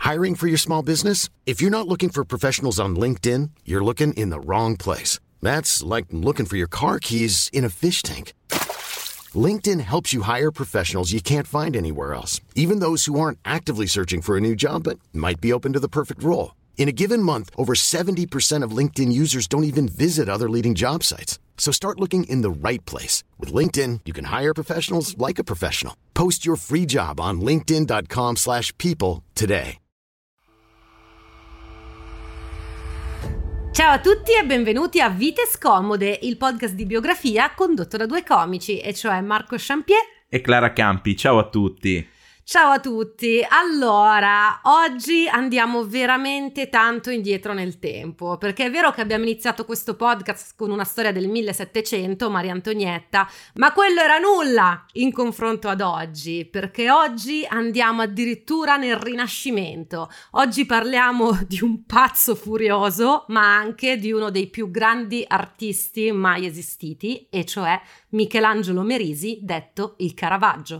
Hiring for your small business? If you're not looking for professionals on LinkedIn, you're looking in the wrong place. That's like looking for your car keys in a fish tank. LinkedIn helps you hire professionals you can't find anywhere else, even those who aren't actively searching for a new job but might be open to the perfect role. In a given month, over 70% of LinkedIn users don't even visit other leading job sites. So start looking in the right place. With LinkedIn, you can hire professionals like a professional. Post your free job on linkedin.com/people today. Ciao a tutti e benvenuti a Vite Scomode, il podcast di biografia condotto da due comici, e cioè Marco Champier e Clara Campi. Ciao a tutti. Ciao a tutti. Allora, oggi andiamo veramente tanto indietro nel tempo, perché è vero che abbiamo iniziato questo podcast con una storia del 1700, Maria Antonietta, ma quello era nulla in confronto ad oggi, perché oggi andiamo addirittura nel Rinascimento. Oggi parliamo di un pazzo furioso, ma anche di uno dei più grandi artisti mai esistiti, e cioè Michelangelo Merisi, detto il Caravaggio.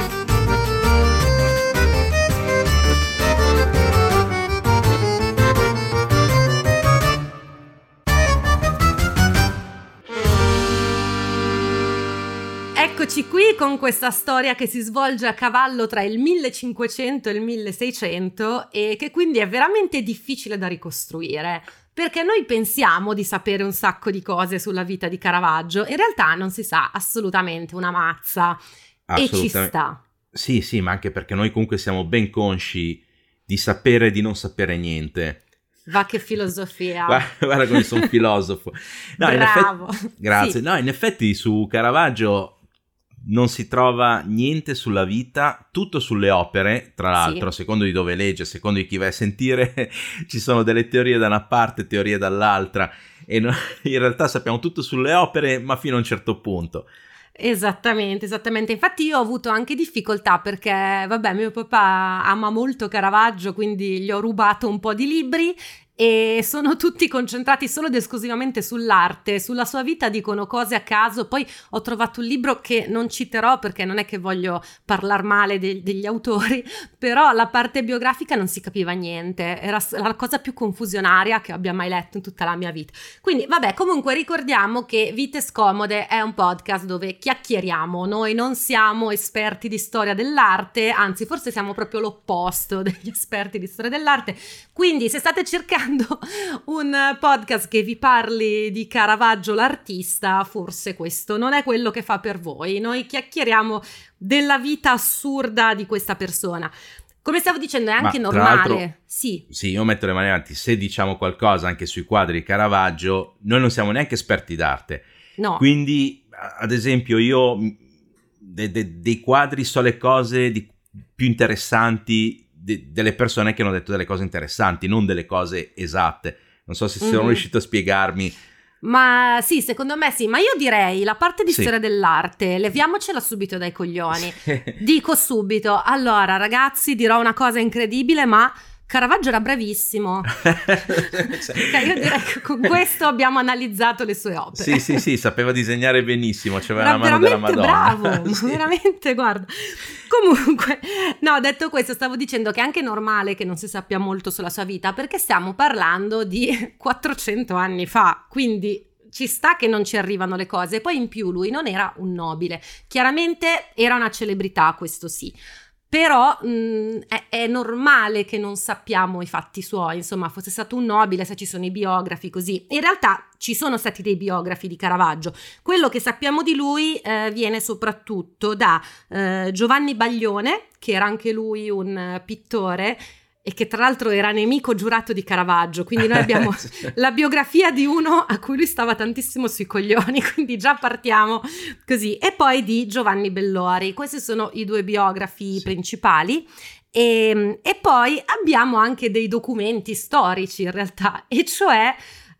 Eccoci qui con questa storia che si svolge a cavallo tra il 1500 e il 1600 e che quindi è veramente difficile da ricostruire, perché noi pensiamo di sapere un sacco di cose sulla vita di Caravaggio, in realtà non si sa assolutamente una mazza, e ci sta. Sì, ma anche perché noi comunque siamo ben consci di sapere e di non sapere niente. Va che filosofia. Guarda come sono un filosofo. No, bravo. Grazie. Sì. No, in effetti su Caravaggio non si trova niente sulla vita, tutto sulle opere, tra l'altro, sì. Secondo di dove legge, secondo di chi vai a sentire, ci sono delle teorie da una parte, teorie dall'altra, e in realtà sappiamo tutto sulle opere, ma fino a un certo punto. Esattamente. Infatti io ho avuto anche difficoltà perché, vabbè, mio papà ama molto Caravaggio, quindi gli ho rubato un po' di libri e sono tutti concentrati solo ed esclusivamente sull'arte, sulla sua vita dicono cose a caso. Poi ho trovato un libro che non citerò perché non è che voglio parlare male degli autori, però la parte biografica non si capiva niente, era la cosa più confusionaria che abbia mai letto in tutta la mia vita. Quindi vabbè, comunque ricordiamo che Vite Scomode è un podcast dove chiacchieriamo, noi non siamo esperti di storia dell'arte, anzi forse siamo proprio l'opposto degli esperti di storia dell'arte, quindi se state cercando un podcast che vi parli di Caravaggio l'artista, forse questo non è quello che fa per voi. Noi chiacchieriamo della vita assurda di questa persona. Come stavo dicendo, è anche normale. Sì, io metto le mani avanti. Se diciamo qualcosa anche sui quadri di Caravaggio, noi non siamo neanche esperti d'arte. No. Quindi, ad esempio, io dei quadri so le cose più interessanti delle persone che hanno detto delle cose interessanti, non delle cose esatte. Non so se sono riuscito a spiegarmi. Ma sì, secondo me sì, ma io direi la parte di storia dell'arte, leviamocela subito dai coglioni. Dico subito, allora ragazzi, dirò una cosa incredibile, ma Caravaggio era bravissimo. Io direi che con questo abbiamo analizzato le sue opere. Sì, sapeva disegnare benissimo, c'aveva la mano della Madonna. Bravo, sì. Veramente, guarda. Comunque, no, detto questo, stavo dicendo che è anche normale che non si sappia molto sulla sua vita, perché stiamo parlando di 400 anni fa, quindi ci sta che non ci arrivano le cose. Poi in più lui non era un nobile, chiaramente era una celebrità, questo sì. Però è normale che non sappiamo i fatti suoi, insomma, fosse stato un nobile, se ci sono i biografi così. In realtà ci sono stati dei biografi di Caravaggio. Quello che sappiamo di lui viene soprattutto da Giovanni Baglione, che era anche lui un pittore e che tra l'altro era nemico giurato di Caravaggio, quindi noi abbiamo la biografia di uno a cui lui stava tantissimo sui coglioni, quindi già partiamo così. E poi di Giovanni Bellori. Questi sono i due biografi principali. E poi abbiamo anche dei documenti storici in realtà, e cioè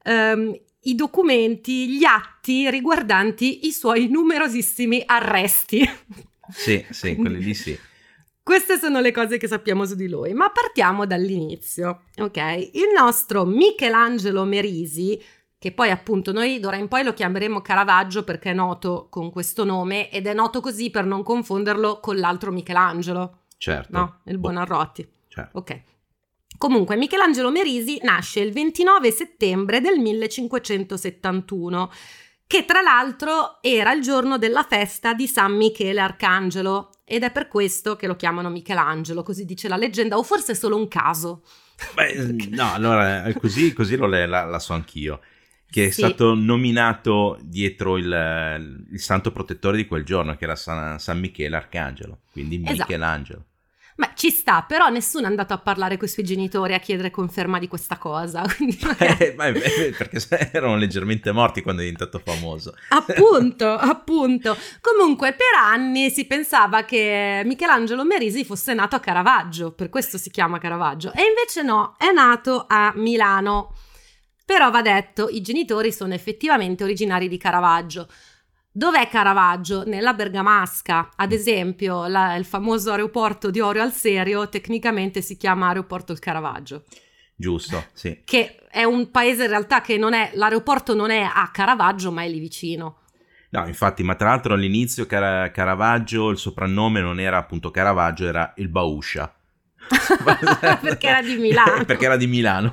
i documenti, gli atti riguardanti i suoi numerosissimi arresti. Sì, quelli lì sì. Queste sono le cose che sappiamo su di lui, ma partiamo dall'inizio, ok? Il nostro Michelangelo Merisi, che poi appunto noi d'ora in poi lo chiameremo Caravaggio perché è noto con questo nome ed è noto così per non confonderlo con l'altro Michelangelo. Certo. No? Il Buonarroti. Certo. Ok. Comunque, Michelangelo Merisi nasce il 29 settembre del 1571, che tra l'altro era il giorno della festa di San Michele Arcangelo, ed è per questo che lo chiamano Michelangelo, così dice la leggenda, o forse è solo un caso. Beh, no, allora così la so anch'io, che è Sì. stato nominato dietro il santo protettore di quel giorno, che era San Michele Arcangelo, quindi Esatto. Michelangelo. Ma ci sta, però nessuno è andato a parlare con i suoi genitori a chiedere conferma di questa cosa. Quindi Perché erano leggermente morti quando è diventato famoso. Appunto. Comunque, per anni si pensava che Michelangelo Merisi fosse nato a Caravaggio, per questo si chiama Caravaggio. E invece no, è nato a Milano. Però va detto, i genitori sono effettivamente originari di Caravaggio. Dov'è Caravaggio? Nella Bergamasca. Ad esempio, il famoso aeroporto di Orio al Serio tecnicamente si chiama Aeroporto il Caravaggio. Giusto, sì. Che è un paese in realtà che non è, l'aeroporto non è a Caravaggio, ma è lì vicino. No, infatti, ma tra l'altro all'inizio Caravaggio, il soprannome non era appunto Caravaggio, era il Bauscia. Perché era di Milano. Perché era di Milano.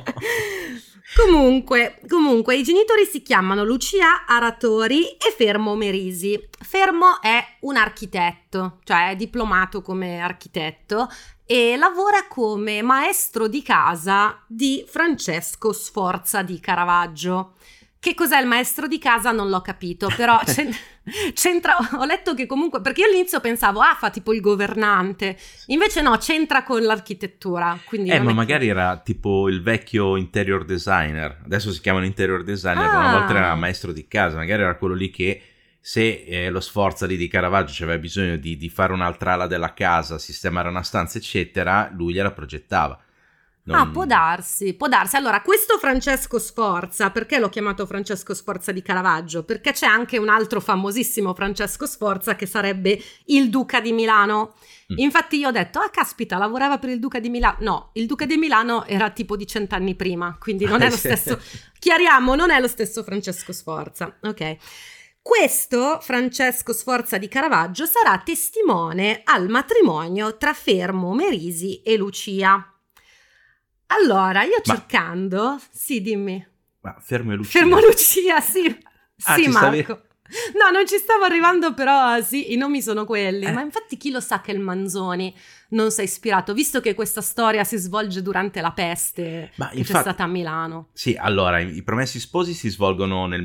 Comunque, i genitori si chiamano Lucia Aratori e Fermo Merisi. Fermo è un architetto, cioè è diplomato come architetto e lavora come maestro di casa di Francesco Sforza di Caravaggio. Che cos'è il maestro di casa non l'ho capito, però c'entra, ho letto che comunque, perché io all'inizio pensavo, fa tipo il governante, invece no, c'entra con l'architettura. Quindi Ma magari era tipo il vecchio interior designer, adesso si chiamano interior designer, una volta era maestro di casa, magari era quello lì che se lo Sforza lì di Caravaggio aveva bisogno di fare un'altra ala della casa, sistemare una stanza eccetera, lui gliela progettava. Può darsi. Allora, questo Francesco Sforza, perché l'ho chiamato Francesco Sforza di Caravaggio? Perché c'è anche un altro famosissimo Francesco Sforza che sarebbe il Duca di Milano. Infatti io ho detto, caspita, lavorava per il Duca di Milano. No, il Duca di Milano era tipo di 100 anni prima, quindi non è lo stesso. Chiariamo, non è lo stesso Francesco Sforza. Ok. Questo Francesco Sforza di Caravaggio sarà testimone al matrimonio tra Fermo Merisi e Lucia. Allora, io cercando... Sì, dimmi. Ma Fermo e Lucia? Fermo Lucia, sì. Sì, Marco. Stavi... No, non ci stavo arrivando, però sì, i nomi sono quelli. Ma infatti chi lo sa che il Manzoni non si è ispirato, visto che questa storia si svolge durante la peste che c'è stata a Milano. Sì, allora, i Promessi Sposi si svolgono nel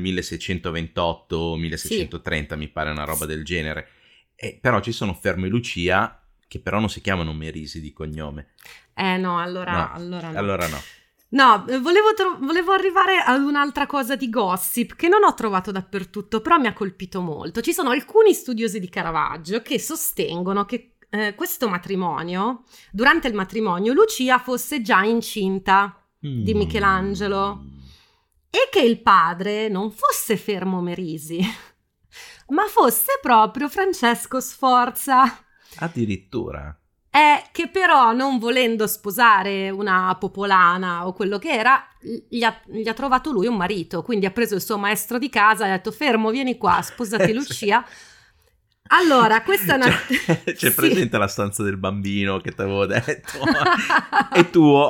1628-1630, sì. Mi pare una roba del genere. Però ci sono Fermo e Lucia, che però non si chiamano Merisi di cognome. No, allora no. Allora no. No, volevo arrivare ad un'altra cosa di gossip che non ho trovato dappertutto, però mi ha colpito molto. Ci sono alcuni studiosi di Caravaggio che sostengono che questo matrimonio, durante il matrimonio, Lucia fosse già incinta di Michelangelo e che il padre non fosse Fermo Merisi, ma fosse proprio Francesco Sforza. Addirittura. Che però, non volendo sposare una popolana o quello che era, gli ha trovato lui un marito, quindi ha preso il suo maestro di casa e ha detto: Fermo, vieni qua, sposati Lucia. Allora, questa è una... C'è presente la stanza del bambino che ti avevo detto? È tuo.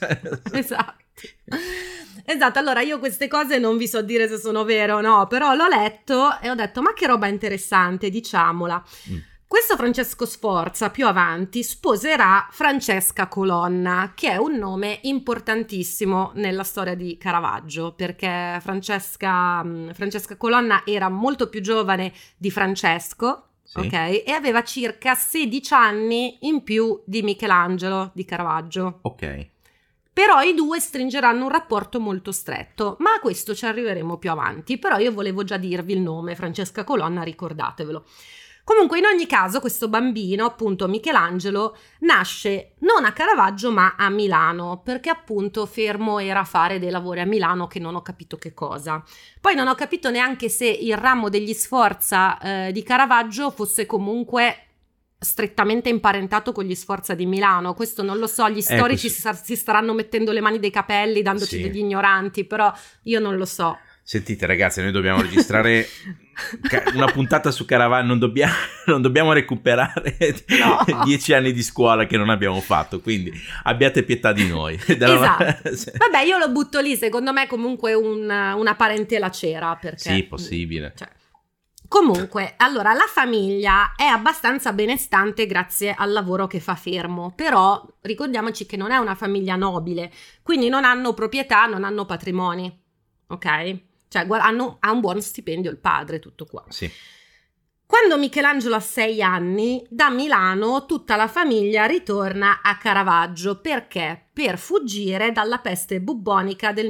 Esatto, allora io queste cose non vi so dire se sono vere o no, però l'ho letto e ho detto: ma che roba interessante, diciamola. Questo Francesco Sforza più avanti sposerà Francesca Colonna, che è un nome importantissimo nella storia di Caravaggio, perché Francesca Colonna era molto più giovane di Francesco, sì. Ok? E aveva circa 16 anni in più di Michelangelo di Caravaggio. Ok. Però i due stringeranno un rapporto molto stretto, ma a questo ci arriveremo più avanti. Però io volevo già dirvi il nome, Francesca Colonna, ricordatevelo. Comunque, in ogni caso, questo bambino, appunto Michelangelo, nasce non a Caravaggio ma a Milano, perché appunto Fermo era a fare dei lavori a Milano che non ho capito che cosa. Poi non ho capito neanche se il ramo degli Sforza di Caravaggio fosse comunque strettamente imparentato con gli Sforza di Milano. Questo non lo so, gli storici si staranno mettendo le mani dei capelli, dandoci degli ignoranti, però io non lo so. Sentite ragazzi, noi dobbiamo registrare una puntata su Caravaggio, non dobbiamo recuperare 10 anni di scuola che non abbiamo fatto, quindi abbiate pietà di noi. Esatto. Vabbè, io lo butto lì, secondo me comunque una parentela c'era, perché... Sì, possibile. Cioè. Comunque, allora, la famiglia è abbastanza benestante grazie al lavoro che fa Fermo, però ricordiamoci che non è una famiglia nobile, quindi non hanno proprietà, non hanno patrimoni, ok? Cioè, ha un buon stipendio il padre, tutto qua. Sì. Quando Michelangelo ha 6 anni, da Milano tutta la famiglia ritorna a Caravaggio. Perché? Per fuggire dalla peste bubbonica del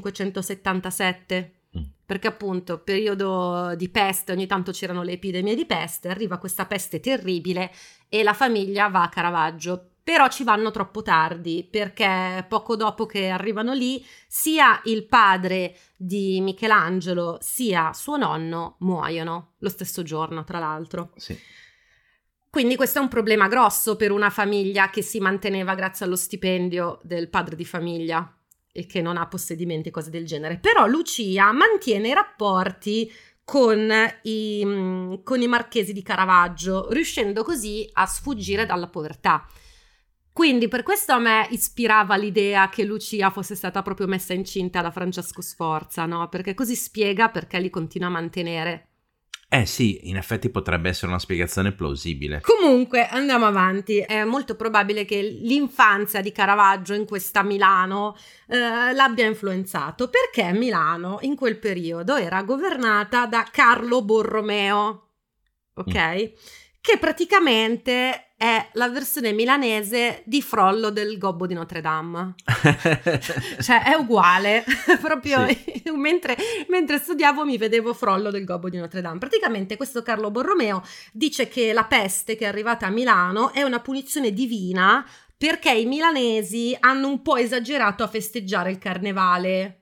1577. Perché appunto, periodo di peste, ogni tanto c'erano le epidemie di peste, arriva questa peste terribile e la famiglia va a Caravaggio. Però ci vanno troppo tardi, perché poco dopo che arrivano lì, sia il padre di Michelangelo sia suo nonno muoiono lo stesso giorno, tra l'altro. Sì. Quindi questo è un problema grosso per una famiglia che si manteneva grazie allo stipendio del padre di famiglia e che non ha possedimenti e cose del genere. Però Lucia mantiene i rapporti con i marchesi di Caravaggio, riuscendo così a sfuggire dalla povertà. Quindi per questo a me ispirava l'idea che Lucia fosse stata proprio messa incinta da Francesco Sforza, no? Perché così spiega perché li continua a mantenere. Sì, in effetti potrebbe essere una spiegazione plausibile. Comunque, andiamo avanti. È molto probabile che l'infanzia di Caravaggio in questa Milano l'abbia influenzato, perché Milano in quel periodo era governata da Carlo Borromeo, ok? Che praticamente è la versione milanese di Frollo del Gobbo di Notre Dame. Cioè è uguale, proprio sì. mentre studiavo mi vedevo Frollo del Gobbo di Notre Dame. Praticamente questo Carlo Borromeo dice che la peste che è arrivata a Milano è una punizione divina perché i milanesi hanno un po' esagerato a festeggiare il carnevale.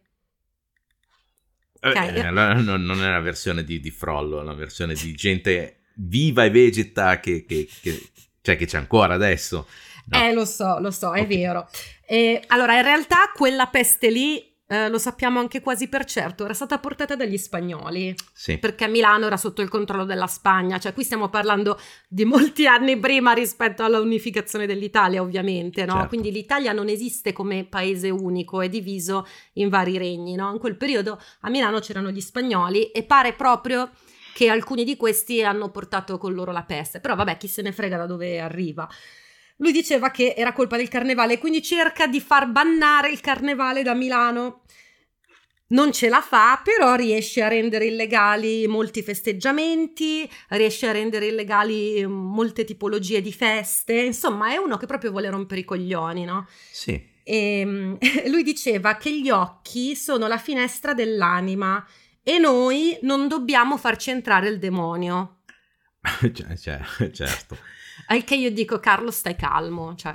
Okay. Non è una versione di Frollo, è una versione di gente viva e vegeta che c'è ancora adesso. No. Lo so, è okay. Vero. Allora, in realtà quella peste lì, lo sappiamo anche quasi per certo, era stata portata dagli spagnoli. Sì. Perché Milano era sotto il controllo della Spagna. Cioè, qui stiamo parlando di molti anni prima rispetto alla unificazione dell'Italia, ovviamente, no? Certo. Quindi l'Italia non esiste come paese unico, è diviso in vari regni, no? In quel periodo a Milano c'erano gli spagnoli e pare proprio che alcuni di questi hanno portato con loro la peste, però vabbè, chi se ne frega da dove arriva. Lui diceva che era colpa del carnevale, quindi cerca di far bannare il carnevale da Milano. Non ce la fa, però riesce a rendere illegali molti festeggiamenti, riesce a rendere illegali molte tipologie di feste, insomma è uno che proprio vuole rompere i coglioni, no? Sì. E lui diceva che gli occhi sono la finestra dell'anima, e noi non dobbiamo farci entrare il demonio. Certo. Al che io dico, Carlo, stai calmo. Cioè,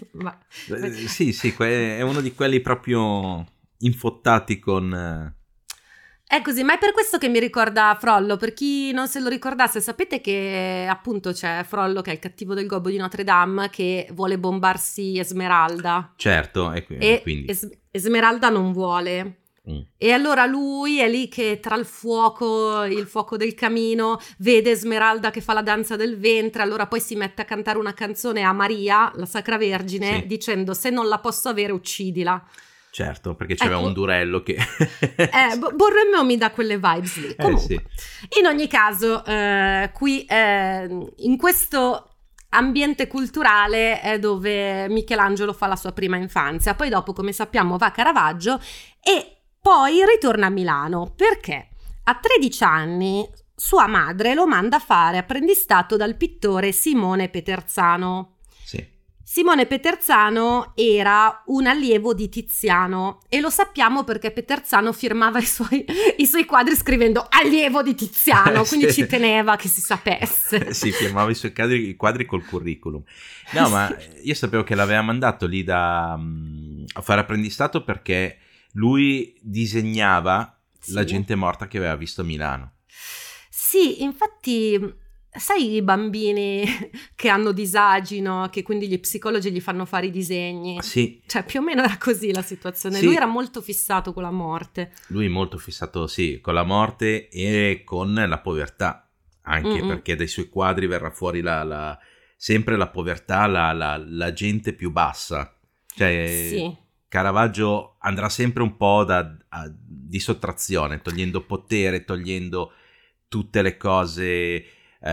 Sì, è uno di quelli proprio infottati con... È così, ma è per questo che mi ricorda Frollo. Per chi non se lo ricordasse, sapete che appunto c'è Frollo, che è il cattivo del Gobbo di Notre Dame, che vuole bombarsi Esmeralda. Certo, e quindi... Esmeralda non vuole. E allora lui è lì che tra il fuoco del camino vede Esmeralda che fa la danza del ventre, allora poi si mette a cantare una canzone a Maria, la Sacra Vergine, sì, dicendo: se non la posso avere uccidila. Certo, perché c'aveva un durello che... Borromeo mi dà quelle vibes lì. Comunque, sì. In ogni caso, qui in questo ambiente culturale è dove Michelangelo fa la sua prima infanzia, poi dopo, come sappiamo, va a Caravaggio e poi ritorna a Milano perché a 13 anni sua madre lo manda a fare apprendistato dal pittore Simone Peterzano. Sì. Simone Peterzano era un allievo di Tiziano e lo sappiamo perché Peterzano firmava i suoi quadri scrivendo allievo di Tiziano, quindi ci teneva che si sapesse. Sì, firmava i suoi quadri col curriculum. No, ma io sapevo che l'aveva mandato lì a fare apprendistato perché lui disegnava la gente morta che aveva visto a Milano. Sì, infatti sai i bambini che hanno disagi, no? Che quindi gli psicologi gli fanno fare i disegni. Sì. Cioè più o meno era così la situazione. Sì. Lui era molto fissato con la morte. Lui molto fissato, sì, con la morte e con la povertà, anche perché dai suoi quadri verrà fuori sempre la povertà, la gente più bassa. Cioè, Sì. Caravaggio andrà sempre un po' di sottrazione, togliendo potere, togliendo tutte le cose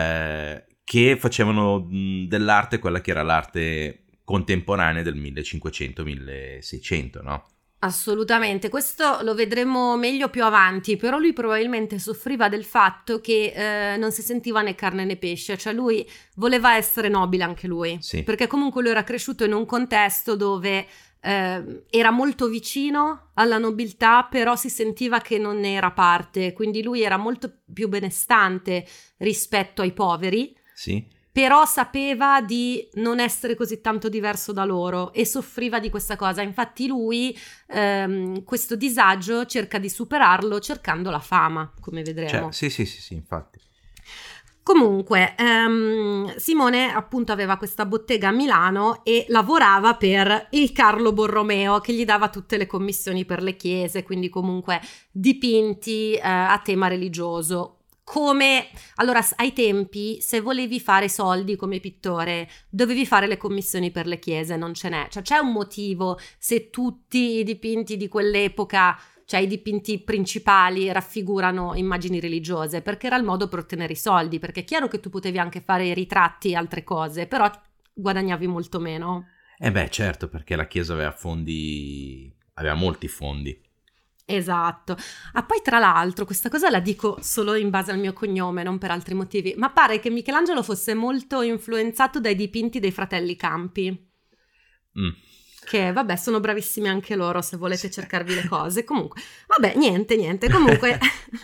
che facevano dell'arte quella che era l'arte contemporanea del 1500-1600, no? Assolutamente, questo lo vedremo meglio più avanti, però lui probabilmente soffriva del fatto che non si sentiva né carne né pesce, cioè lui voleva essere nobile anche lui, Sì. perché comunque lui era cresciuto in un contesto dove era molto vicino alla nobiltà, però si sentiva che non ne era parte, quindi lui era molto più benestante rispetto ai poveri. Sì. Però sapeva di non essere così tanto diverso da loro e soffriva di questa cosa. Infatti lui questo disagio cerca di superarlo cercando la fama, come vedremo. Cioè, sì, infatti. Comunque, Simone appunto aveva questa bottega a Milano e lavorava per il Carlo Borromeo, che gli dava tutte le commissioni per le chiese, quindi comunque dipinti a tema religioso. Allora, ai tempi, se volevi fare soldi come pittore, dovevi fare le commissioni per le chiese, non ce n'è. Cioè, c'è un motivo se tutti i dipinti di quell'epoca, cioè i dipinti principali, raffigurano immagini religiose, perché era il modo per ottenere i soldi, perché è chiaro che tu potevi anche fare i ritratti e altre cose, però guadagnavi molto meno. Certo, perché la chiesa aveva molti fondi. Esatto. Poi tra l'altro questa cosa la dico solo in base al mio cognome, non per altri motivi, ma pare che Michelangelo fosse molto influenzato dai dipinti dei fratelli Campi, che vabbè sono bravissimi anche loro se volete cercarvi le cose. Comunque vabbè niente comunque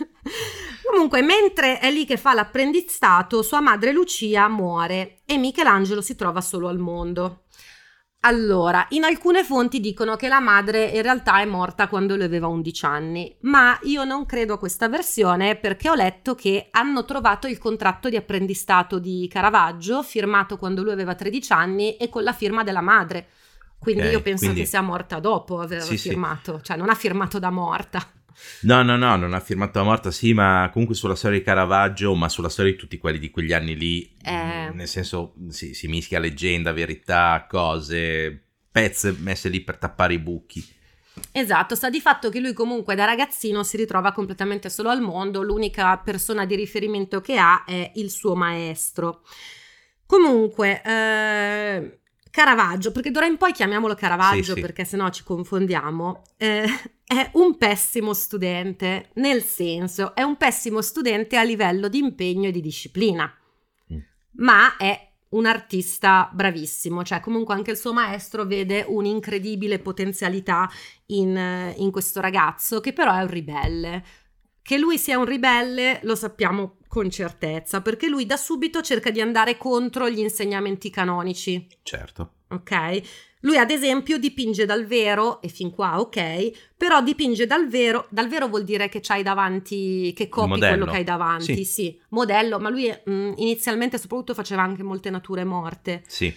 mentre è lì che fa l'apprendistato, sua madre Lucia muore e Michelangelo si trova solo al mondo. Allora, in alcune fonti dicono che la madre in realtà è morta quando lui aveva 11 anni, ma io non credo a questa versione perché ho letto che hanno trovato il contratto di apprendistato di Caravaggio, firmato quando lui aveva 13 anni e con la firma della madre. Quindi io penso che sia morta dopo aver firmato, cioè non ha firmato da morta. No, non ha firmato la morta, sì, ma comunque sulla storia di Caravaggio, ma sulla storia di tutti quelli di quegli anni lì, nel senso si mischia leggenda, verità, cose, pezze messe lì per tappare i buchi. Esatto, sta di fatto che lui comunque da ragazzino si ritrova completamente solo al mondo, l'unica persona di riferimento che ha è il suo maestro. Comunque, Caravaggio, perché d'ora in poi chiamiamolo Caravaggio perché sennò ci confondiamo, è un pessimo studente, nel senso è un pessimo studente a livello di impegno e di disciplina, ma è un artista bravissimo, cioè comunque anche il suo maestro vede un'incredibile potenzialità in questo ragazzo che però è un ribelle. Che lui sia un ribelle lo sappiamo con certezza, perché lui da subito cerca di andare contro gli insegnamenti canonici. Certo. Ok? Lui ad esempio dipinge dal vero, e fin qua ok, però dipinge dal vero vuol dire che c'hai davanti, che copi quello che hai davanti, sì, modello, ma lui inizialmente soprattutto faceva anche molte nature morte. Sì.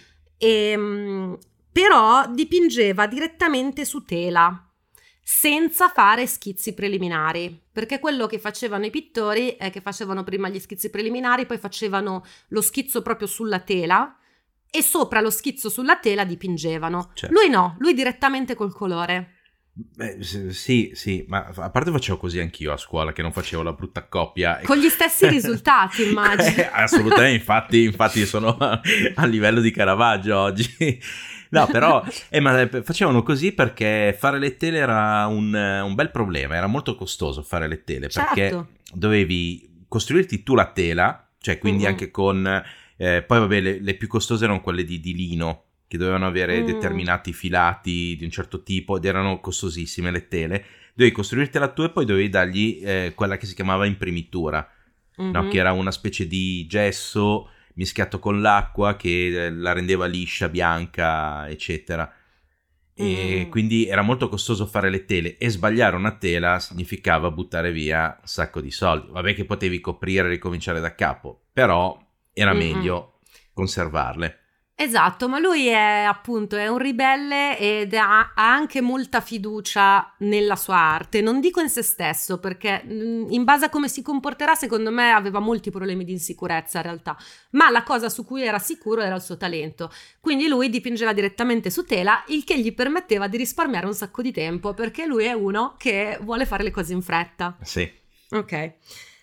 Però dipingeva direttamente su tela, senza fare schizzi preliminari, perché quello che facevano i pittori è che facevano prima gli schizzi preliminari, poi facevano lo schizzo proprio sulla tela e sopra lo schizzo sulla tela dipingevano. Certo. Lui no, lui direttamente col colore. Sì, ma a parte facevo così anch'io a scuola, che non facevo la brutta coppia. Con gli stessi risultati, immagino. Assolutamente, infatti sono a livello di Caravaggio oggi. No, però ma facevano così perché fare le tele era un bel problema, era molto costoso fare le tele, certo. Perché dovevi costruirti tu la tela, cioè quindi anche con... poi vabbè, le più costose erano quelle di lino, che dovevano avere determinati filati di un certo tipo ed erano costosissime le tele. Dovevi costruirtela tu e poi dovevi dargli quella che si chiamava imprimitura, no? Che era una specie di gesso mischiato con l'acqua che la rendeva liscia, bianca, eccetera. E quindi era molto costoso fare le tele e sbagliare una tela significava buttare via un sacco di soldi. Vabbè che potevi coprire e ricominciare da capo, però era meglio conservarle. Esatto, ma lui è appunto un ribelle ed ha anche molta fiducia nella sua arte, non dico in se stesso, perché in base a come si comporterà secondo me aveva molti problemi di insicurezza in realtà, ma la cosa su cui era sicuro era il suo talento, quindi lui dipingeva direttamente su tela, il che gli permetteva di risparmiare un sacco di tempo, perché lui è uno che vuole fare le cose in fretta. Sì. Ok.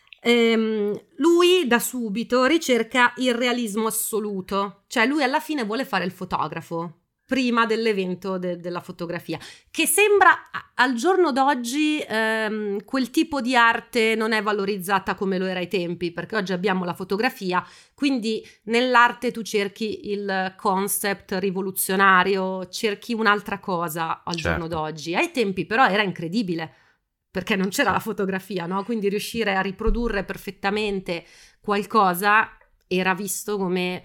Lui da subito ricerca il realismo assoluto, cioè lui alla fine vuole fare il fotografo prima dell'evento della fotografia, che sembra al giorno d'oggi quel tipo di arte non è valorizzata come lo era ai tempi, perché oggi abbiamo la fotografia, quindi nell'arte tu cerchi il concept rivoluzionario, cerchi un'altra cosa al giorno d'oggi. Ai tempi però era incredibile, perché non c'era la fotografia, no? Quindi riuscire a riprodurre perfettamente qualcosa era visto come,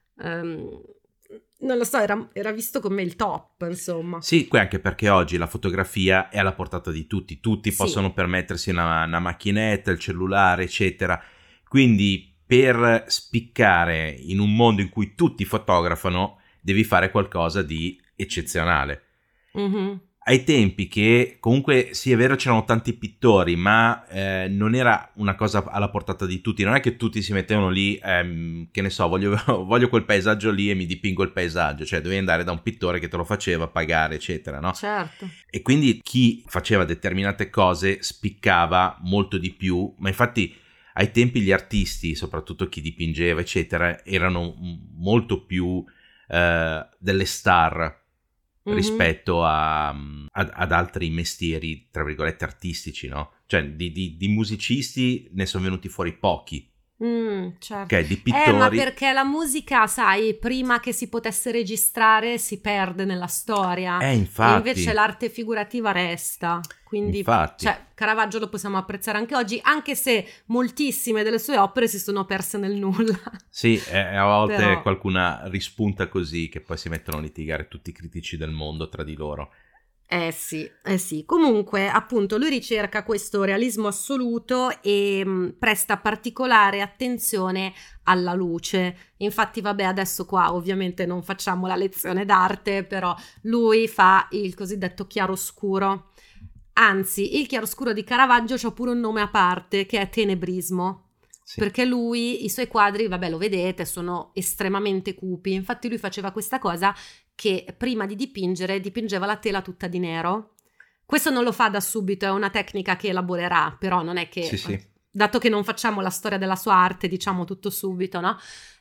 non lo so, era visto come il top, insomma. Sì, anche perché oggi la fotografia è alla portata di tutti possono permettersi una macchinetta, il cellulare, eccetera. Quindi per spiccare in un mondo in cui tutti fotografano, devi fare qualcosa di eccezionale. Mm-hmm. Ai tempi che comunque sì è vero c'erano tanti pittori, ma non era una cosa alla portata di tutti, non è che tutti si mettevano lì, che ne so, voglio quel paesaggio lì e mi dipingo il paesaggio, cioè dovevi andare da un pittore che te lo faceva, pagare eccetera, no? Certo. E quindi chi faceva determinate cose spiccava molto di più, ma infatti ai tempi gli artisti, soprattutto chi dipingeva eccetera, erano molto più delle star rispetto ad altri mestieri, tra virgolette, artistici, no? Cioè di musicisti ne sono venuti fuori pochi. Certo. Di pittori. Ma perché la musica, sai, prima che si potesse registrare si perde nella storia. Infatti. E invece l'arte figurativa resta. Quindi, cioè, Caravaggio lo possiamo apprezzare anche oggi, anche se moltissime delle sue opere si sono perse nel nulla. Sì, a volte Però qualcuna rispunta così che poi si mettono a litigare tutti i critici del mondo tra di loro. Sì. Comunque, appunto, lui ricerca questo realismo assoluto e presta particolare attenzione alla luce. Infatti, vabbè, adesso qua ovviamente non facciamo la lezione d'arte, però lui fa il cosiddetto chiaroscuro. Anzi, il chiaroscuro di Caravaggio c'ha pure un nome a parte, che è tenebrismo. Sì. Perché lui, i suoi quadri, vabbè, lo vedete, sono estremamente cupi. Infatti lui faceva questa cosa che prima di dipingeva la tela tutta di nero. Questo non lo fa da subito, è una tecnica che elaborerà, però non è che, sì. Dato che non facciamo la storia della sua arte, diciamo tutto subito, no?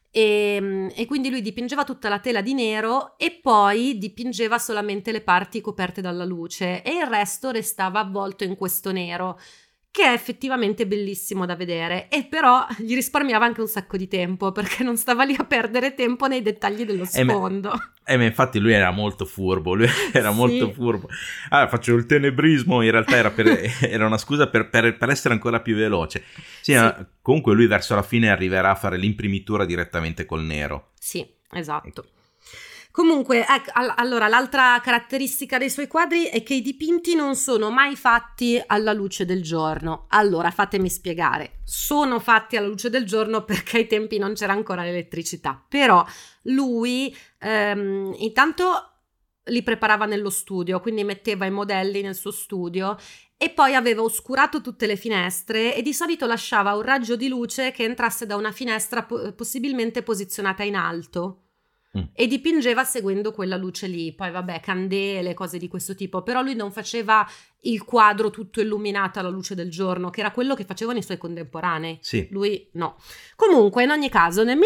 E quindi lui dipingeva tutta la tela di nero e poi dipingeva solamente le parti coperte dalla luce e il resto restava avvolto in questo nero, che è effettivamente bellissimo da vedere, e però gli risparmiava anche un sacco di tempo, perché non stava lì a perdere tempo nei dettagli dello sfondo. Ma infatti lui era molto furbo, molto furbo. Allora, faccio il tenebrismo, in realtà era una scusa per essere ancora più veloce. Sì. Comunque lui verso la fine arriverà a fare l'imprimitura direttamente col nero. Sì, esatto. Comunque, ecco, allora, l'altra caratteristica dei suoi quadri è che i dipinti non sono mai fatti alla luce del giorno. Allora, fatemi spiegare. Sono fatti alla luce del giorno perché ai tempi non c'era ancora l'elettricità. Però lui intanto li preparava nello studio, quindi metteva i modelli nel suo studio e poi aveva oscurato tutte le finestre e di solito lasciava un raggio di luce che entrasse da una finestra possibilmente posizionata in alto. E dipingeva seguendo quella luce lì, poi vabbè, candele, cose di questo tipo, però lui non faceva il quadro tutto illuminato alla luce del giorno, che era quello che facevano i suoi contemporanei. Sì. Lui no. Comunque, in ogni caso, nel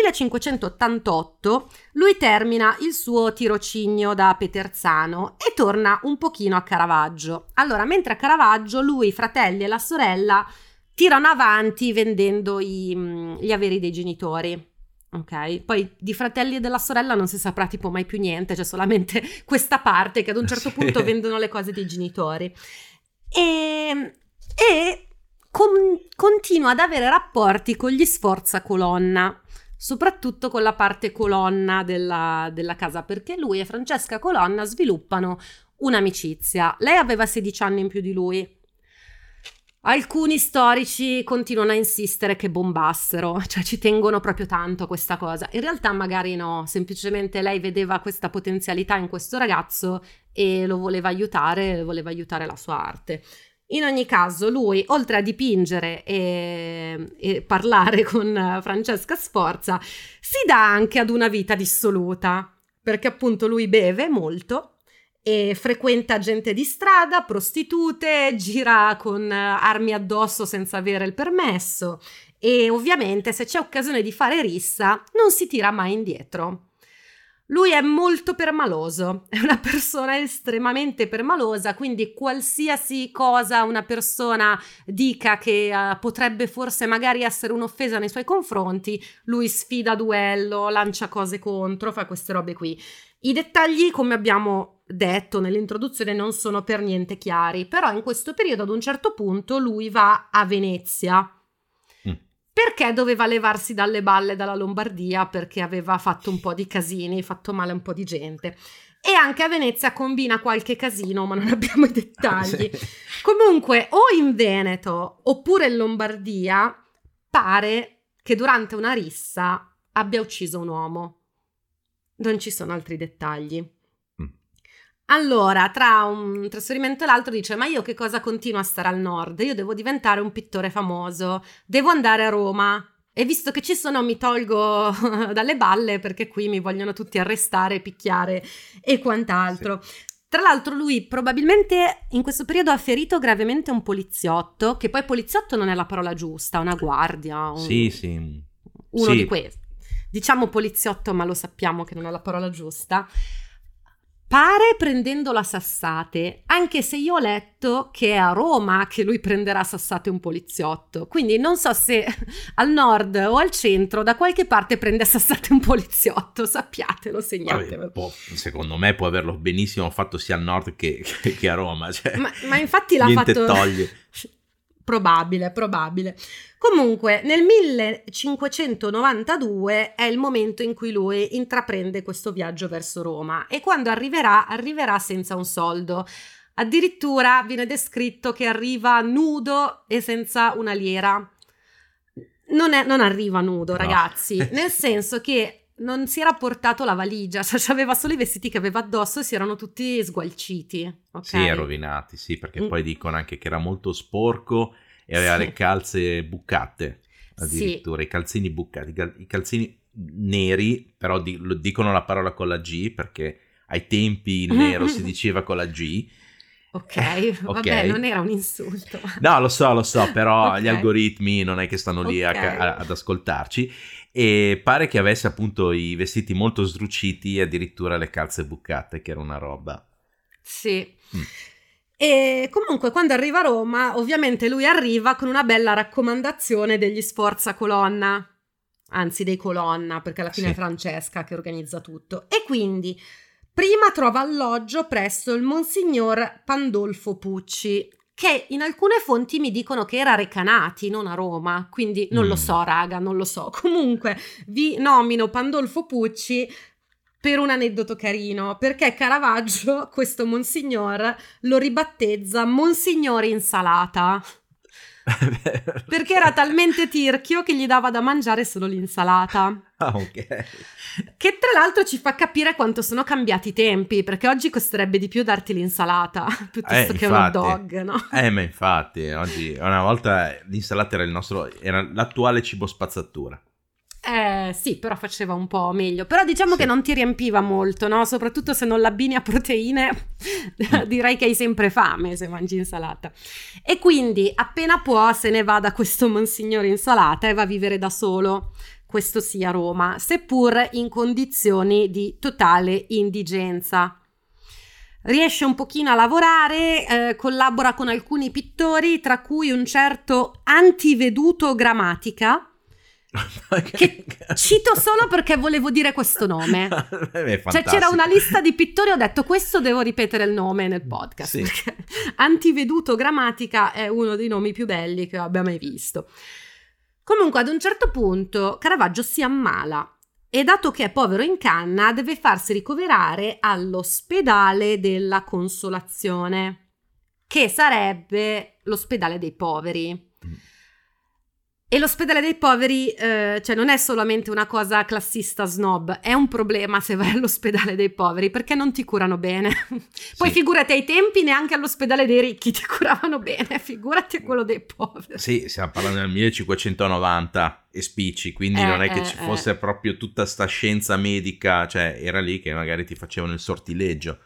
1588 lui termina il suo tirocinio da Peterzano e torna un pochino a Caravaggio. Allora, mentre a Caravaggio lui, i fratelli e la sorella tirano avanti vendendo gli averi dei genitori. Ok, poi di fratelli e della sorella non si saprà tipo mai più niente, c'è solamente questa parte che ad un certo punto vendono le cose dei genitori e continua ad avere rapporti con gli Sforza Colonna, soprattutto con la parte Colonna della casa, perché lui e Francesca Colonna sviluppano un'amicizia. Lei aveva 16 anni in più di lui. Alcuni storici continuano a insistere che bombassero, cioè ci tengono proprio tanto a questa cosa. In realtà magari no, semplicemente lei vedeva questa potenzialità in questo ragazzo e lo voleva aiutare la sua arte. In ogni caso, lui, oltre a dipingere e parlare con Francesca Sforza, si dà anche ad una vita dissoluta, perché appunto lui beve molto e frequenta gente di strada, prostitute, gira con armi addosso senza avere il permesso e ovviamente se c'è occasione di fare rissa non si tira mai indietro. Lui è molto permaloso, è una persona estremamente permalosa, quindi qualsiasi cosa una persona dica che potrebbe forse magari essere un'offesa nei suoi confronti, lui sfida a duello, lancia cose contro, fa queste robe qui. I dettagli, come abbiamo detto nell'introduzione, non sono per niente chiari, però in questo periodo ad un certo punto lui va a Venezia. Perché doveva levarsi dalle balle dalla Lombardia? Perché aveva fatto un po' di casini, fatto male a un po' di gente. E anche a Venezia combina qualche casino, ma non abbiamo i dettagli. Sì. Comunque, o in Veneto oppure in Lombardia, pare che durante una rissa abbia ucciso un uomo. Non ci sono altri dettagli. Allora, tra un trasferimento e l'altro dice: ma io che cosa continuo a stare al nord? Io devo diventare un pittore famoso, devo andare a Roma e visto che ci sono mi tolgo dalle balle perché qui mi vogliono tutti arrestare, picchiare e quant'altro. Sì. Tra l'altro lui probabilmente in questo periodo ha ferito gravemente un poliziotto, che poi poliziotto non è la parola giusta, una guardia. Uno di questi. Diciamo poliziotto, ma lo sappiamo che non è la parola giusta. Pare prendendolo a sassate, anche se io ho letto che è a Roma che lui prenderà a sassate un poliziotto, quindi non so se al nord o al centro da qualche parte prende a sassate un poliziotto, sappiatelo, segnatelo. Secondo me può averlo benissimo fatto sia al nord che a Roma, cioè, ma infatti l'ha fatto... toglie. Probabile. Comunque, nel 1592 è il momento in cui lui intraprende questo viaggio verso Roma e quando arriverà senza un soldo. Addirittura viene descritto che arriva nudo e senza una lira. Non arriva nudo, no. Ragazzi, nel senso che non si era portato la valigia, cioè aveva solo i vestiti che aveva addosso e si erano tutti sgualciti. Okay? Sì, rovinati, sì, perché poi dicono anche che era molto sporco e aveva le calze bucate, addirittura, i calzini bucati, i calzini neri, però dicono la parola con la G, perché ai tempi il nero si diceva con la G. Ok, vabbè, non era un insulto. No, lo so, però gli algoritmi non è che stanno lì ad ascoltarci. E pare che avesse appunto i vestiti molto sdruciti e addirittura le calze bucate, che era una roba. Sì. E comunque quando arriva a Roma, ovviamente lui arriva con una bella raccomandazione degli Sforza Colonna, anzi dei Colonna, perché alla fine è Francesca che organizza tutto. E quindi prima trova alloggio presso il Monsignor Pandolfo Pucci, che in alcune fonti mi dicono che era a Recanati, non a Roma, quindi non lo so, raga, non lo so. Comunque vi nomino Pandolfo Pucci per un aneddoto carino, perché Caravaggio, questo Monsignor, lo ribattezza Monsignor Insalata, perché era talmente tirchio che gli dava da mangiare solo l'insalata. Ah, ok. Che tra l'altro ci fa capire quanto sono cambiati i tempi, perché oggi costerebbe di più darti l'insalata piuttosto che un hot dog, no? Ma infatti, oggi, una volta l'insalata era l'attuale cibo spazzatura. Sì, però faceva un po' meglio. Però diciamo che non ti riempiva molto, no? Soprattutto se non l'abbini a proteine, direi che hai sempre fame se mangi insalata. E quindi appena può se ne va da questo Monsignore Insalata e va a vivere da solo. Questo sì a Roma, seppur in condizioni di totale indigenza. Riesce un pochino a lavorare, collabora con alcuni pittori, tra cui un certo Antiveduto Grammatica, che cito solo perché volevo dire questo nome. Cioè c'era una lista di pittori, ho detto questo devo ripetere il nome nel podcast, sì. Perché Antiveduto Grammatica è uno dei nomi più belli che abbia mai visto. Comunque ad un certo punto Caravaggio si ammala e dato che è povero in canna deve farsi ricoverare all'ospedale della Consolazione. che sarebbe l'ospedale dei poveri. E l'ospedale dei poveri, cioè non è solamente una cosa classista snob, è un problema se vai all'ospedale dei poveri, perché non ti curano bene. Poi figurati, ai tempi neanche all'ospedale dei ricchi ti curavano bene, figurati a quello dei poveri. Sì, stiamo parlando del 1590 e spicci, quindi non è che ci fosse proprio tutta sta scienza medica, cioè era lì che magari ti facevano il sortileggio.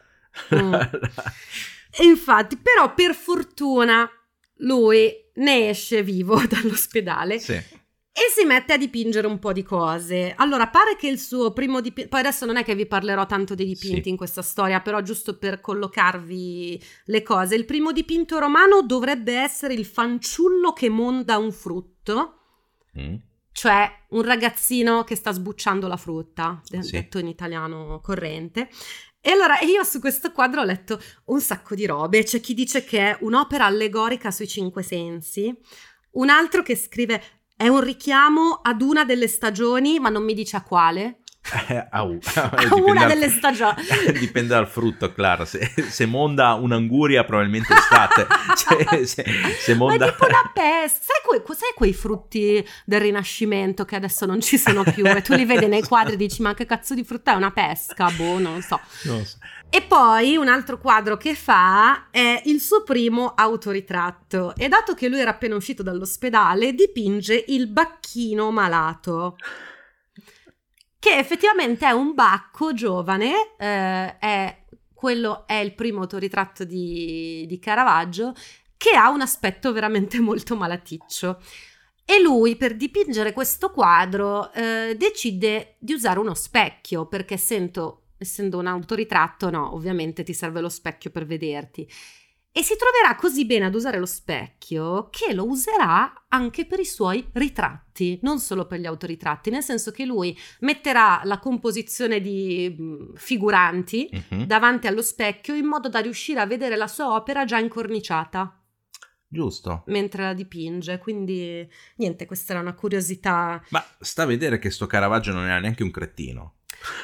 E infatti, però per fortuna lui ne esce vivo dall'ospedale e si mette a dipingere un po' di cose. Allora, pare che il suo primo dipinto, poi adesso non è che vi parlerò tanto dei dipinti in questa storia, però giusto per collocarvi le cose, il primo dipinto romano dovrebbe essere il fanciullo che monda un frutto, cioè un ragazzino che sta sbucciando la frutta, detto in italiano corrente. E allora io su questo quadro ho letto un sacco di robe. C'è chi dice che è un'opera allegorica sui 5 sensi, un altro che scrive è un richiamo ad una delle stagioni, ma non mi dice a quale. A una delle stagioni. Dipende dal frutto, claro. Se monda un'anguria probabilmente estate. se monda... Ma è tipo una peste. Sai quei frutti del Rinascimento che adesso non ci sono più e tu li vedi nei quadri e dici ma che cazzo di frutta è, una pesca? Boh, non so. E poi un altro quadro che fa è il suo primo autoritratto, e dato che lui era appena uscito dall'ospedale dipinge il bacchino malato, che effettivamente è un bacco giovane, quello è il primo autoritratto di Caravaggio, che ha un aspetto veramente molto malaticcio. E lui, per dipingere questo quadro, decide di usare uno specchio, perché essendo un autoritratto, no, ovviamente ti serve lo specchio per vederti. E si troverà così bene ad usare lo specchio che lo userà anche per i suoi ritratti, non solo per gli autoritratti, nel senso che lui metterà la composizione di figuranti davanti allo specchio in modo da riuscire a vedere la sua opera già incorniciata. Giusto. Mentre la dipinge, quindi niente, questa era una curiosità. Ma sta a vedere che sto Caravaggio non era neanche un cretino.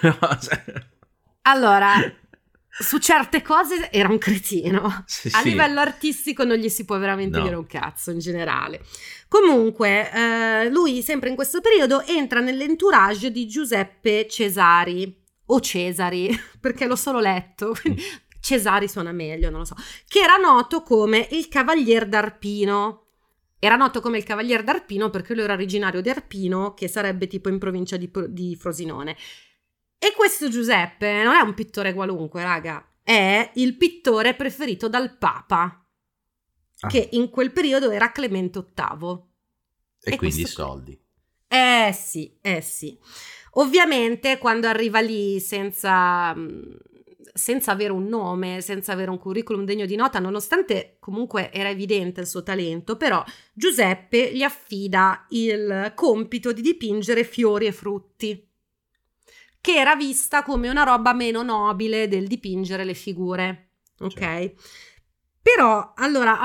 Allora, su certe cose era un cretino, a livello artistico non gli si può veramente dire un cazzo in generale. Comunque lui sempre in questo periodo entra nell'entourage di Giuseppe Cesari, o Cesari, perché l'ho solo letto, quindi Cesari suona meglio, non lo so, che era noto come il Cavalier d'Arpino. Era noto come il Cavalier d'Arpino perché lui era originario di Arpino, che sarebbe tipo in provincia di Frosinone. E questo Giuseppe non è un pittore qualunque, raga, è il pittore preferito dal Papa, che in quel periodo era Clemente VIII. E quindi soldi. Sì. Ovviamente quando arriva lì senza avere un nome, senza avere un curriculum degno di nota, nonostante comunque era evidente il suo talento, però Giuseppe gli affida il compito di dipingere fiori e frutti, che era vista come una roba meno nobile del dipingere le figure, ok? Certo. Però, allora,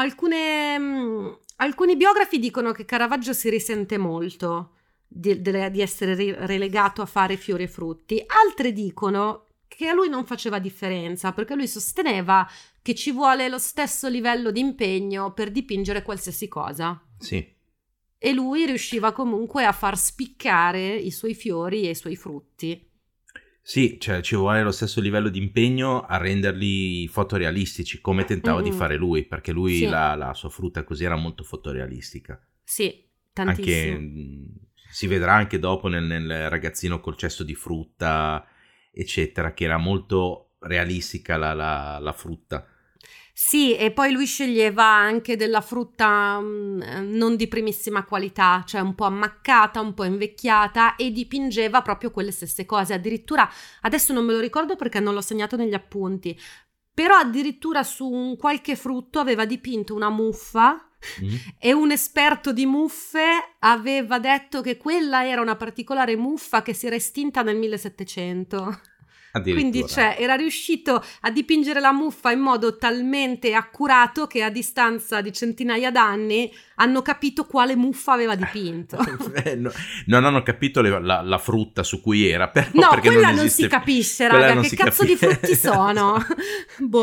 alcuni biografi dicono che Caravaggio si risente molto di essere relegato a fare fiori e frutti, altri dicono che a lui non faceva differenza, perché lui sosteneva che ci vuole lo stesso livello di impegno per dipingere qualsiasi cosa. Sì. E lui riusciva comunque a far spiccare i suoi fiori e i suoi frutti. Sì, cioè ci vuole lo stesso livello di impegno a renderli fotorealistici, come tentava di fare lui, perché lui la sua frutta così era molto fotorealistica. Sì, tantissimo. Anche, si vedrà anche dopo nel ragazzino col cesto di frutta, eccetera, che era molto realistica la frutta. Sì, e poi lui sceglieva anche della frutta non di primissima qualità, cioè un po' ammaccata, un po' invecchiata, e dipingeva proprio quelle stesse cose. Addirittura, adesso non me lo ricordo perché non l'ho segnato negli appunti, però addirittura su un qualche frutto aveva dipinto una muffa e un esperto di muffe aveva detto che quella era una particolare muffa che si era estinta nel 1700. Quindi era riuscito a dipingere la muffa in modo talmente accurato che a distanza di centinaia d'anni hanno capito quale muffa aveva dipinto. Non hanno capito la frutta su cui era, però no, perché quella non si capisce, raga, che cazzo di frutti sono? Boh.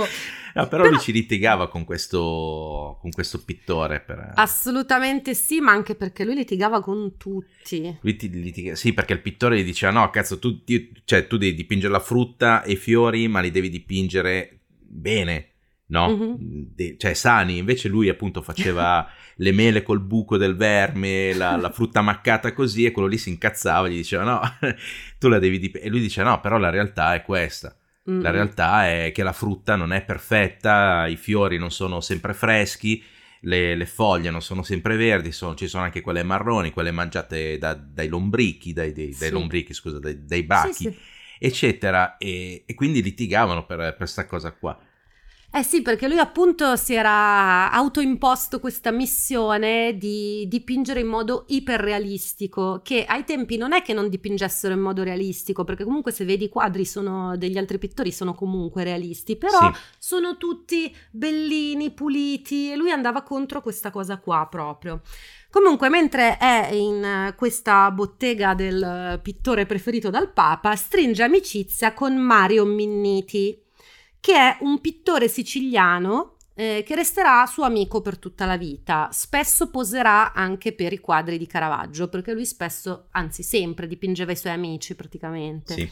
No, però lui ci litigava con questo pittore. Assolutamente sì, ma anche perché lui litigava con tutti. Sì, perché il pittore gli diceva no, cazzo, tu devi dipingere la frutta e i fiori, ma li devi dipingere bene, no? Mm-hmm. Cioè sani. Invece lui appunto faceva le mele col buco del verme, la frutta maccata così, e quello lì si incazzava, gli diceva no, tu la devi dipingere. E lui dice no, però la realtà è questa. La realtà è che la frutta non è perfetta, i fiori non sono sempre freschi, le foglie non sono sempre verdi, ci sono anche quelle marroni, quelle mangiate dai lombrichi, dai lombrichi, scusa, dai bachi, sì. eccetera, e quindi litigavano per questa cosa qua. Eh sì, perché lui appunto si era autoimposto questa missione di dipingere in modo iperrealistico, che ai tempi non è che non dipingessero in modo realistico, perché comunque se vedi i quadri degli altri pittori sono comunque realisti, però Sì. sono tutti bellini, puliti, e lui andava contro questa cosa qua proprio. Comunque, mentre è in questa bottega del pittore preferito dal Papa, stringe amicizia con Mario Minniti, che è un pittore siciliano che resterà suo amico per tutta la vita. Spesso poserà anche per i quadri di Caravaggio, perché lui spesso, anzi sempre, dipingeva i suoi amici praticamente. Sì.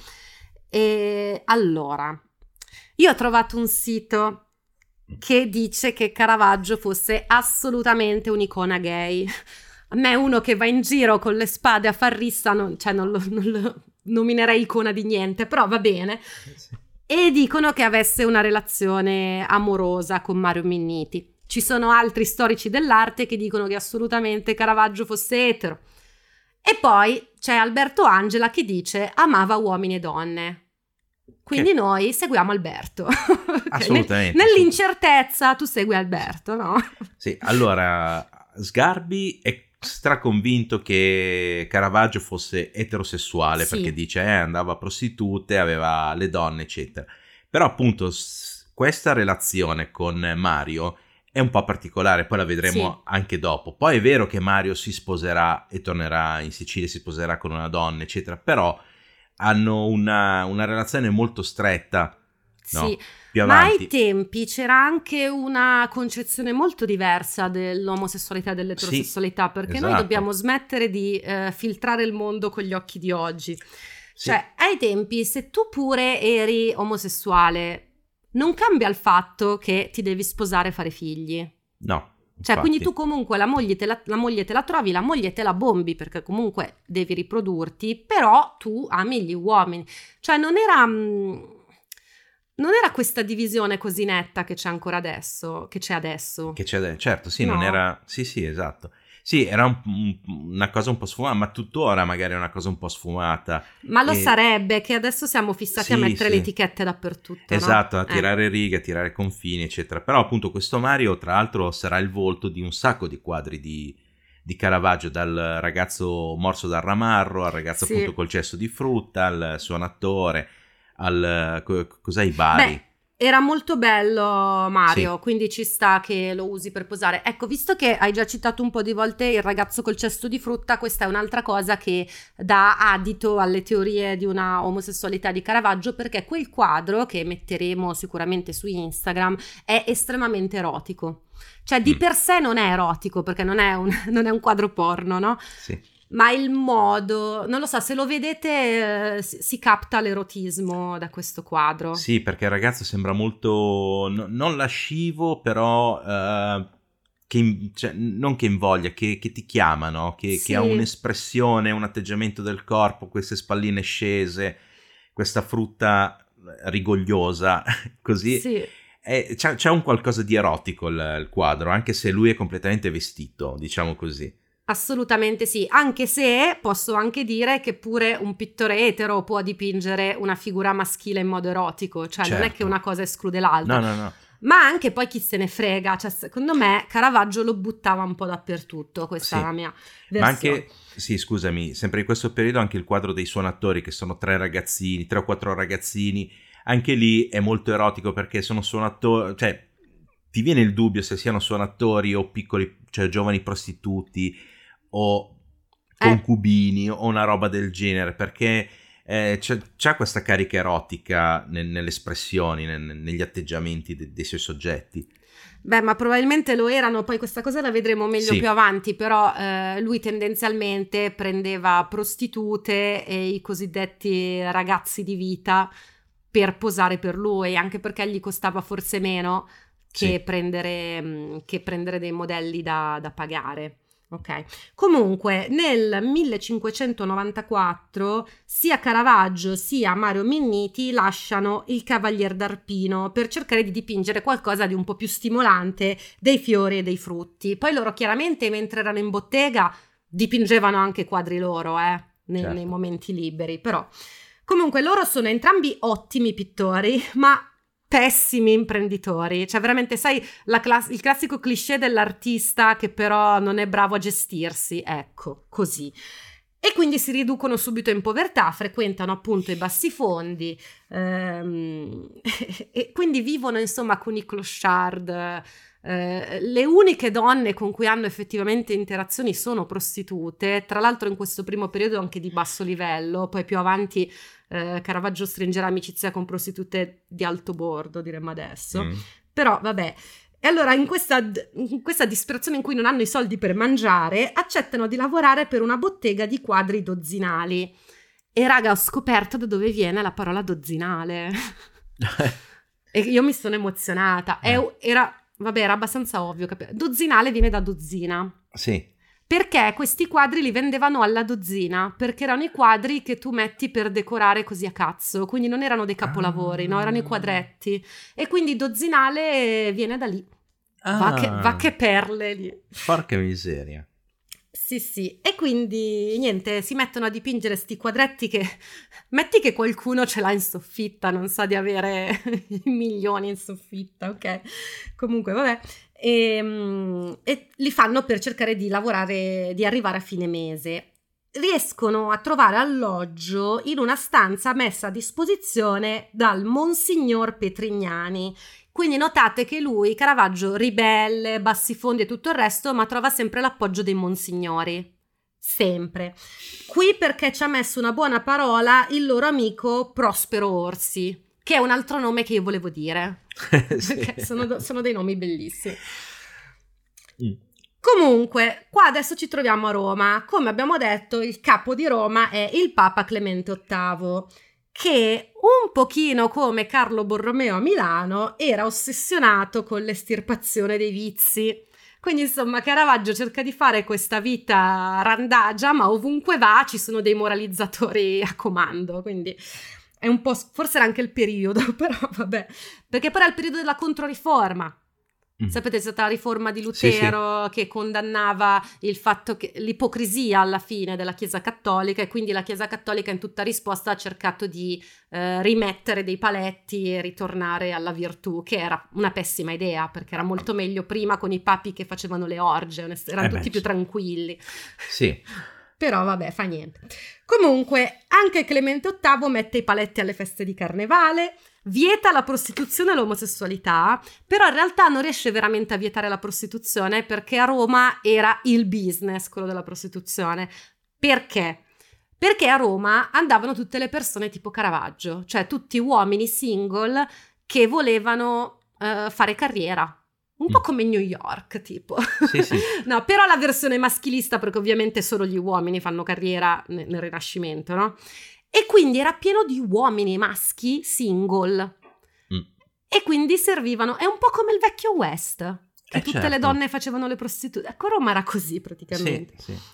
E allora, io ho trovato un sito che dice che Caravaggio fosse assolutamente un'icona gay. A me uno che va in giro con le spade a far rissa, non lo nominerei icona di niente, però va bene. Sì. E dicono che avesse una relazione amorosa con Mario Minniti. Ci sono altri storici dell'arte che dicono che assolutamente Caravaggio fosse etero. E poi c'è Alberto Angela che dice amava uomini e donne. Quindi noi seguiamo Alberto. Assolutamente. Nell'incertezza tu segui Alberto, no? Sì, allora Sgarbi è straconvinto che Caravaggio fosse eterosessuale, Sì. perché dice andava a prostitute, aveva le donne, eccetera. Però appunto questa relazione con Mario è un po' particolare, poi la vedremo anche dopo. Poi è vero che Mario si sposerà e tornerà in Sicilia, si sposerà con una donna, eccetera, però hanno una relazione molto stretta, no? Sì. Più Ma avanti. ai tempi c'era anche una concezione molto diversa dell'omosessualità e dell'eterosessualità, perché esatto. noi dobbiamo smettere di filtrare il mondo con gli occhi di oggi. Sì. Cioè, ai tempi, se tu pure eri omosessuale, non cambia il fatto che ti devi sposare e fare figli. No. Cioè, Infatti. quindi tu comunque la moglie te la trovi, la moglie te la bombi, perché comunque devi riprodurti, però tu ami gli uomini. Cioè, non era questa divisione così netta che c'è ancora adesso, che c'è adesso. Certo, sì, No. non era... Sì, esatto. Sì, era una cosa un po' sfumata, ma tuttora magari è una cosa un po' sfumata. Ma lo sarebbe, che adesso siamo fissati a mettere le etichette dappertutto, esatto, no? a tirare righe, a tirare confini, eccetera. Però appunto questo Mario, tra l'altro, sarà il volto di un sacco di quadri di Caravaggio, dal ragazzo morso dal ramarro, al ragazzo appunto col cesso di frutta, al suonatore, cos'hai, Bari? Beh, era molto bello Mario, quindi ci sta che lo usi per posare. Ecco, visto che hai già citato un po' di volte il ragazzo col cesto di frutta, questa è un'altra cosa che dà adito alle teorie di una omosessualità di Caravaggio, perché quel quadro, che metteremo sicuramente su Instagram, è estremamente erotico. Cioè di per sé non è erotico, perché non è un quadro porno, no? Sì. Ma il modo, non lo so, se lo vedete si capta l'erotismo da questo quadro. Sì, perché il ragazzo sembra molto, non lascivo, però non che invoglia, che ti chiama, no? Che ha un'espressione, un atteggiamento del corpo, queste spalline scese, questa frutta rigogliosa, così. Sì. C'è un qualcosa di erotico il quadro, anche se lui è completamente vestito, diciamo così. Assolutamente sì, anche se posso anche dire che pure un pittore etero può dipingere una figura maschile in modo erotico, cioè non è che una cosa esclude l'altra. No. Ma anche poi chi se ne frega, cioè secondo me Caravaggio lo buttava un po' dappertutto, questa è la mia versione. Ma anche, sì, scusami, sempre in questo periodo anche il quadro dei suonatori, che sono 3 o 4 ragazzini, anche lì è molto erotico perché sono suonatori, cioè ti viene il dubbio se siano suonatori o piccoli, cioè giovani prostituti o concubini o una roba del genere, perché c'ha questa carica erotica nelle espressioni, negli atteggiamenti dei suoi soggetti. Beh, ma probabilmente lo erano, poi questa cosa la vedremo meglio Sì. più avanti, però lui tendenzialmente prendeva prostitute e i cosiddetti ragazzi di vita per posare per lui, anche perché gli costava forse meno che Sì. prendere dei modelli da pagare. Ok. Comunque nel 1594 sia Caravaggio sia Mario Minniti lasciano il Cavalier d'Arpino per cercare di dipingere qualcosa di un po' più stimolante dei fiori e dei frutti. Poi loro chiaramente mentre erano in bottega dipingevano anche quadri loro, Certo. nei momenti liberi, però comunque loro sono entrambi ottimi pittori, ma pessimi imprenditori, cioè veramente sai il classico cliché dell'artista che però non è bravo a gestirsi, ecco, così. E quindi si riducono subito in povertà, frequentano appunto i bassifondi e quindi vivono insomma con i clochard. Le uniche donne con cui hanno effettivamente interazioni sono prostitute, tra l'altro in questo primo periodo anche di basso livello, poi più avanti Caravaggio stringerà amicizia con prostitute di alto bordo, diremmo adesso. Però vabbè. E allora in questa disperazione in cui non hanno i soldi per mangiare, accettano di lavorare per una bottega di quadri dozzinali. E raga, ho scoperto da dove viene la parola dozzinale. E io mi sono emozionata. Era abbastanza ovvio. Dozzinale viene da dozzina. Sì. Perché questi quadri li vendevano alla dozzina, perché erano i quadri che tu metti per decorare così a cazzo, quindi non erano dei capolavori, no? Erano i quadretti, e quindi dozzinale viene da lì. Va che perle lì. Porca miseria. Sì, e quindi niente, si mettono a dipingere sti quadretti che metti che qualcuno ce l'ha in soffitta, non sa di avere milioni in soffitta, ok? Comunque vabbè. E li fanno per cercare di lavorare, di arrivare a fine mese. Riescono a trovare alloggio in una stanza messa a disposizione dal Monsignor Petrignani. Quindi notate che lui, Caravaggio, ribelle, bassifondi e tutto il resto, ma trova sempre l'appoggio dei monsignori. Sempre. Qui perché ci ha messo una buona parola il loro amico Prospero Orsi, che è un altro nome che io volevo dire. Sì. Perché sono dei nomi bellissimi. Comunque, qua adesso ci troviamo a Roma. Come abbiamo detto, il capo di Roma è il Papa Clemente VIII, che un pochino come Carlo Borromeo a Milano era ossessionato con l'estirpazione dei vizi. Quindi insomma Caravaggio cerca di fare questa vita randagia, ma ovunque va ci sono dei moralizzatori a comando, quindi è un po', forse era anche il periodo, però vabbè, perché poi era il periodo della Controriforma. Sapete, c'è stata la riforma di Lutero, sì. Che condannava il fatto che l'ipocrisia alla fine della Chiesa Cattolica, e quindi la Chiesa Cattolica in tutta risposta ha cercato di rimettere dei paletti e ritornare alla virtù, che era una pessima idea, perché era molto meglio prima con i papi che facevano le orge, erano tutti più tranquilli. Sì. Però vabbè, fa niente. Comunque, anche Clemente VIII mette i paletti alle feste di carnevale, vieta la prostituzione e l'omosessualità, però in realtà non riesce veramente a vietare la prostituzione, perché a Roma era il business quello della prostituzione. Perché? Perché a Roma andavano tutte le persone tipo Caravaggio, cioè tutti uomini single che volevano fare carriera. Un po' come New York, tipo. Sì, sì. No, però la versione maschilista, perché ovviamente solo gli uomini fanno carriera nel Rinascimento, no? E quindi era pieno di uomini maschi single. E quindi servivano, è un po' come il vecchio West, che tutte certo. le donne facevano le prostitute. Ecco, Roma era così praticamente. Sì, sì.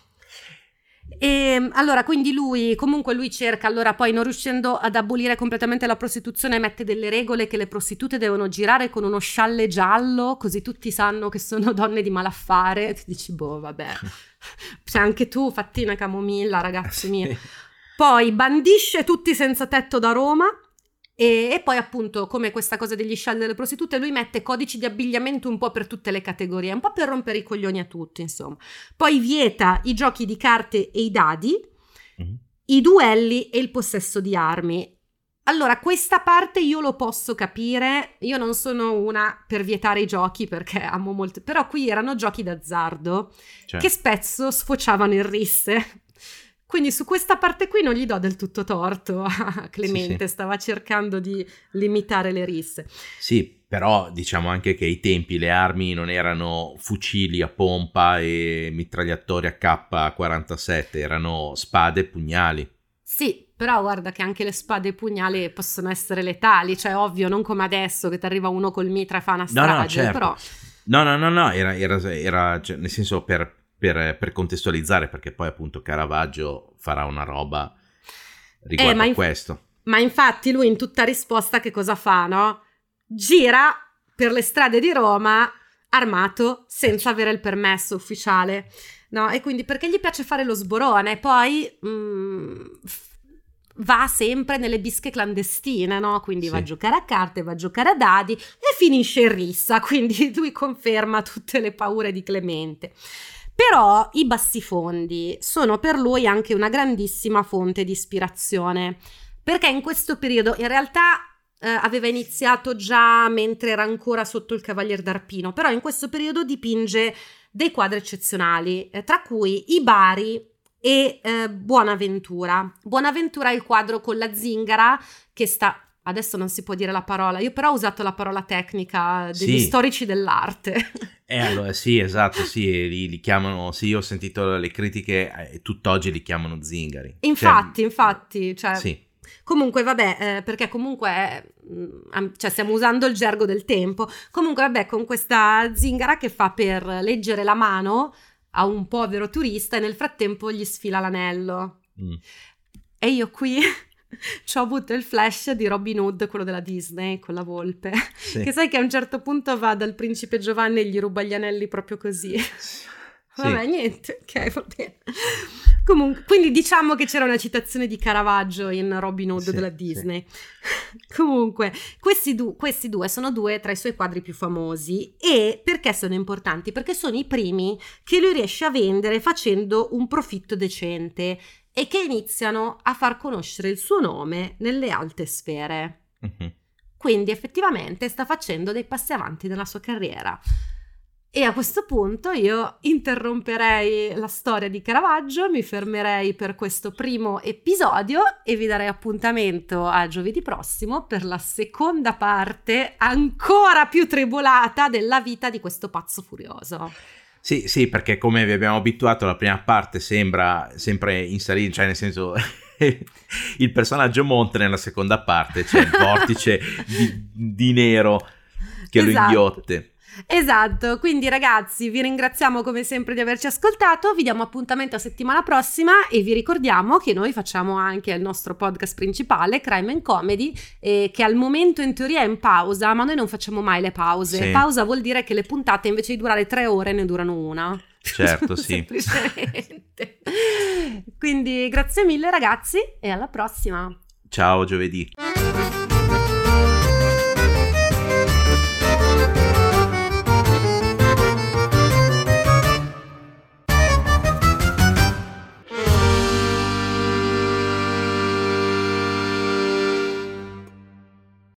E allora quindi lui cerca, allora poi non riuscendo ad abolire completamente la prostituzione, mette delle regole che le prostitute devono girare con uno scialle giallo, così tutti sanno che sono donne di malaffare. Ti dici, boh, vabbè, cioè anche tu fatti una camomilla, ragazzi miei. Poi bandisce tutti senza tetto da Roma. E poi appunto, come questa cosa degli scialli delle prostitute, lui mette codici di abbigliamento un po' per tutte le categorie, un po' per rompere i coglioni a tutti, insomma. Poi vieta i giochi di carte e i dadi, i duelli e il possesso di armi. Allora, questa parte io lo posso capire, io non sono una per vietare i giochi perché amo molto, però qui erano giochi d'azzardo, che spesso sfociavano in risse. Quindi su questa parte qui non gli do del tutto torto a Clemente, Sì. stava cercando di limitare le risse. Sì, però diciamo anche che ai tempi le armi non erano fucili a pompa e mitragliatori a K47, erano spade e pugnali. Sì, però guarda che anche le spade e i pugnali possono essere letali, cioè ovvio, non come adesso che ti arriva uno col mitra e fa una strage, No, certo. però... No, era cioè, nel senso per contestualizzare, perché poi appunto Caravaggio farà una roba riguardo a questo. Ma infatti lui in tutta risposta che cosa fa, no? Gira per le strade di Roma armato senza avere il permesso ufficiale, no? E quindi perché gli piace fare lo sborone, poi va sempre nelle bische clandestine, no? Quindi va a giocare a carte, va a giocare a dadi e finisce in rissa, quindi lui conferma tutte le paure di Clemente. Però i bassifondi sono per lui anche una grandissima fonte di ispirazione, perché in questo periodo in realtà aveva iniziato già mentre era ancora sotto il Cavalier d'Arpino, però in questo periodo dipinge dei quadri eccezionali, tra cui i Bari e Buonaventura. Buonaventura è il quadro con la zingara che sta... Adesso non si può dire la parola, io però ho usato la parola tecnica degli storici dell'arte. Allora, sì, esatto, sì, li chiamano, sì, io ho sentito le critiche e tutt'oggi li chiamano zingari. Infatti, cioè... Sì. Comunque vabbè, perché comunque cioè stiamo usando il gergo del tempo. Comunque vabbè, con questa zingara che fa per leggere la mano a un povero turista e nel frattempo gli sfila l'anello. E io qui ci ho avuto il flash di Robin Hood, quello della Disney, con la volpe, che sai che a un certo punto va dal principe Giovanni e gli ruba gli anelli proprio così. Vabbè, niente, ok, va bene. Comunque, quindi diciamo che c'era una citazione di Caravaggio in Robin Hood della Disney. Comunque, questi due sono due tra i suoi quadri più famosi. E perché sono importanti? Perché sono i primi che lui riesce a vendere facendo un profitto decente e che iniziano a far conoscere il suo nome nelle alte sfere. Quindi effettivamente sta facendo dei passi avanti nella sua carriera. E a questo punto io interromperei la storia di Caravaggio, mi fermerei per questo primo episodio e vi darei appuntamento a giovedì prossimo per la seconda parte ancora più tribolata della vita di questo pazzo furioso. Sì, perché come vi abbiamo abituato, la prima parte sembra sempre in salita, cioè nel senso il personaggio monta, nella seconda parte c'è il vortice di nero che lo inghiotte. Esatto, quindi ragazzi vi ringraziamo come sempre di averci ascoltato, vi diamo appuntamento a settimana prossima e vi ricordiamo che noi facciamo anche il nostro podcast principale, Crime and Comedy, che al momento in teoria è in pausa, ma noi non facciamo mai le pause. Sì. Pausa vuol dire che le puntate invece di durare 3 ore ne durano una. Certo, sì. Semplicemente. Quindi grazie mille ragazzi e alla prossima. Ciao, giovedì.